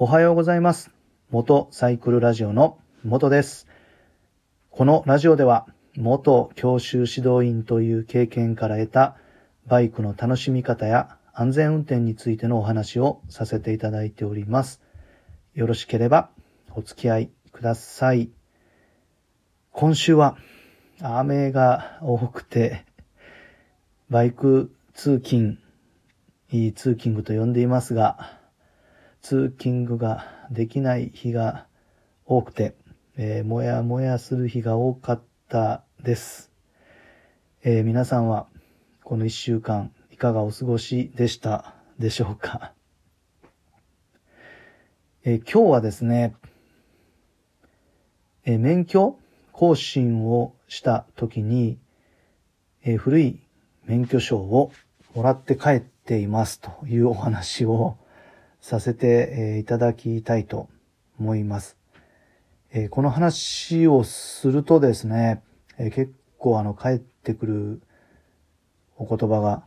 おはようございます。元サイクルラジオの元です。このラジオでは元教習指導員という経験から得たバイクの楽しみ方や安全運転についてのお話をさせていただいております。よろしければお付き合いください。今週は雨が多くてバイク通勤と呼んでいますが、通勤ができない日が多くて、もやもやする日が多かったです。皆さんはこの1週間いかがお過ごしでしたでしょうか。今日はですね、免許更新をした時に、古い免許証をもらって帰っていますというお話をさせていただきたいと思います。この話をするとですね、結構返ってくるお言葉が、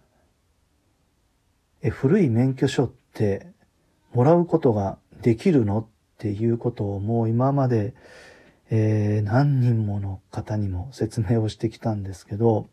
古い免許証ってもらうことができるのっていうことをもう今まで、何人もの方にも説明をしてきたんですけど、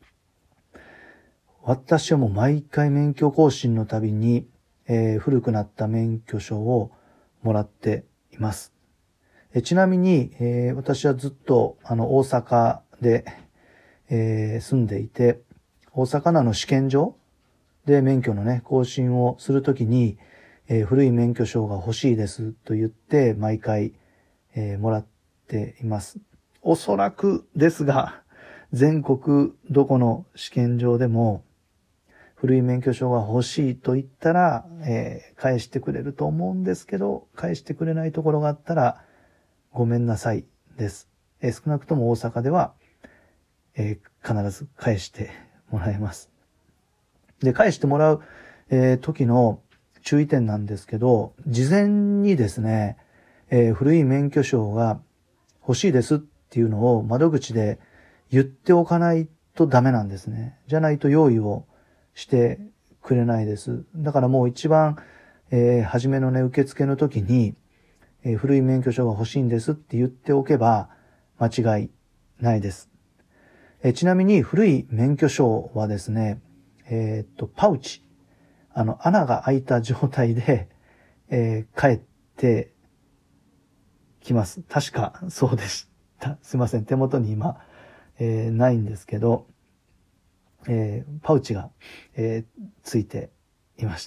私はもう毎回免許更新のたびに、古くなった免許証をもらっています。ちなみに、私はずっと大阪で、住んでいて、大阪の試験場で免許のね更新をするときに、古い免許証が欲しいですと言って毎回、もらっています。おそらくですが、全国どこの試験場でも古い免許証が欲しいと言ったら、返してくれると思うんですけど、返してくれないところがあったらごめんなさいです。少なくとも大阪では、必ず返してもらえます。で、返してもらう、時の注意点なんですけど、事前にですね、古い免許証が欲しいですっていうのを窓口で言っておかないとダメなんですね。じゃないと用意をしてくれないです。だからもう一番、初めのね、受付の時に、古い免許証が欲しいんですって言っておけば間違いないです。ちなみに古い免許証はですね、パウチ、穴が開いた状態で、帰ってきます。確かそうでした。すいません。手元に今、ないんですけど、パウチが、ついていました。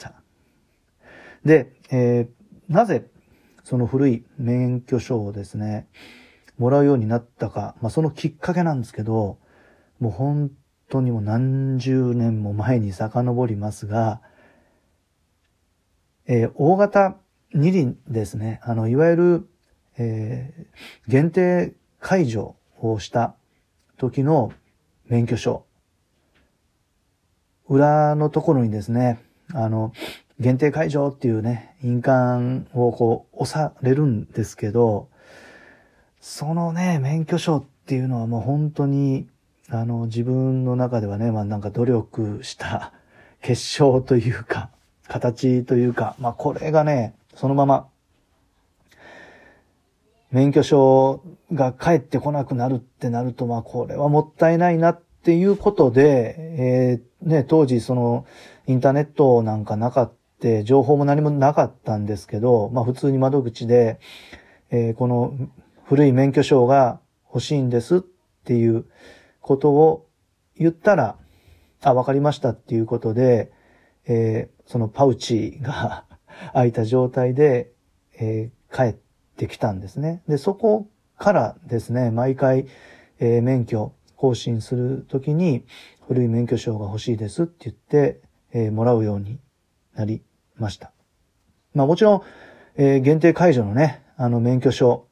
で、なぜその古い免許証をですね、もらうようになったか、そのきっかけなんですけど、もう本当にもう何十年も前に遡りますが、大型二輪ですね、いわゆる、限定解除をした時の免許証、裏のところにですね、限定解除っていうね、印鑑を押されるんですけど、そのね、免許証っていうのはもう本当に、自分の中ではね、なんか努力した結晶というか、形というか、これがね、そのまま、免許証が返ってこなくなるってなると、これはもったいないなっていうことで、当時インターネットなんかなかった、情報も何もなかったんですけど、普通に窓口で、この古い免許証が欲しいんですっていうことを言ったら、わかりましたっていうことで、そのパウチが開いた状態で、帰ってきたんですね。で、そこからですね、毎回、免許更新するときに古い免許証が欲しいですって言って、もらうようになりました。もちろん、限定解除のね、免許証、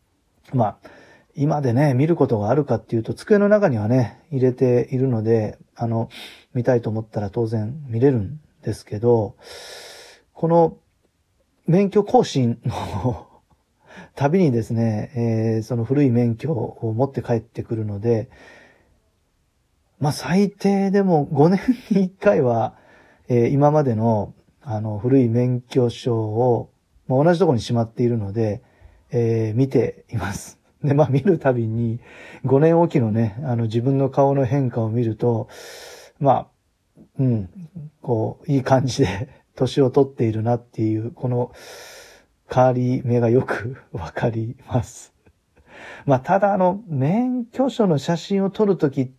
今でね、見ることがあるかっていうと、机の中にはね、入れているので、見たいと思ったら当然見れるんですけど、この免許更新のたびにですね、その古い免許を持って帰ってくるので、最低でも5年に1回は、今までの、古い免許証を同じところにしまっているので、見ています。で、見るたびに5年おきのね、自分の顔の変化を見ると、いい感じで年を取っているなっていう、この変わり目がよくわかります。ただ免許証の写真を撮るときって、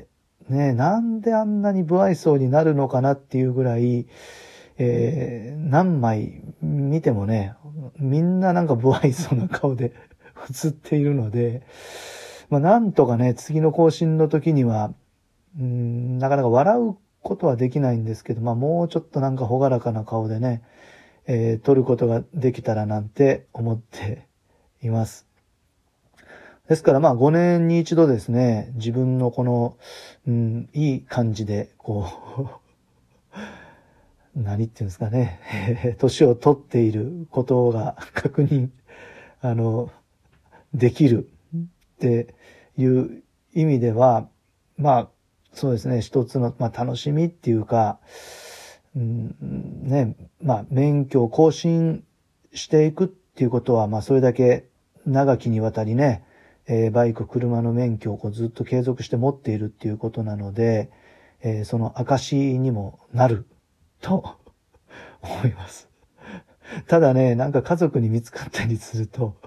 ね、なんであんなに不愛想になるのかなっていうぐらい、何枚見てもね、みんななんか不愛想な顔で映っているので、なんとかね、次の更新の時には、なかなか笑うことはできないんですけど、もうちょっとなんか朗らかな顔でね、撮ることができたらなんて思っています。ですから5年に一度ですね、自分のこの、いい感じで、何っていうんですかね、年を取っていることが確認、できるっていう意味では、そうですね、一つの、楽しみっていうか、免許を更新していくっていうことは、それだけ長きにわたりね、バイク、車の免許をずっと継続して持っているっていうことなので、その証にもなると思います。ただね、なんか家族に見つかったりすると、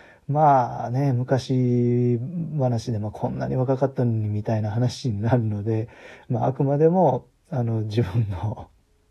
昔話でこんなに若かったのにみたいな話になるので、あくまでも、自分の、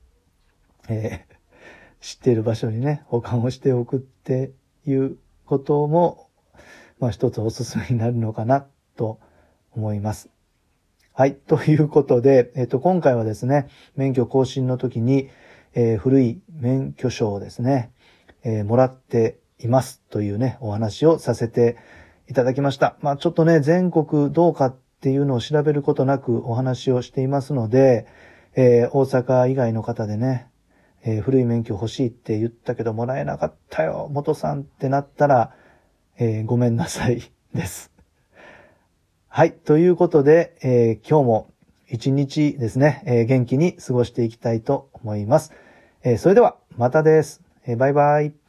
知っている場所にね、保管をしておくっていうことも、一つおすすめになるのかなと思います。はい。ということで、今回はですね、免許更新の時に、古い免許証をですね、もらっていますというね、お話をさせていただきました。ちょっとね、全国どうかっていうのを調べることなくお話をしていますので、大阪以外の方でね、古い免許欲しいって言ったけどもらえなかったよ、元さんってなったら、ごめんなさいです。はい。ということで、今日も一日ですね、元気に過ごしていきたいと思います。それではまたです。バイバイ。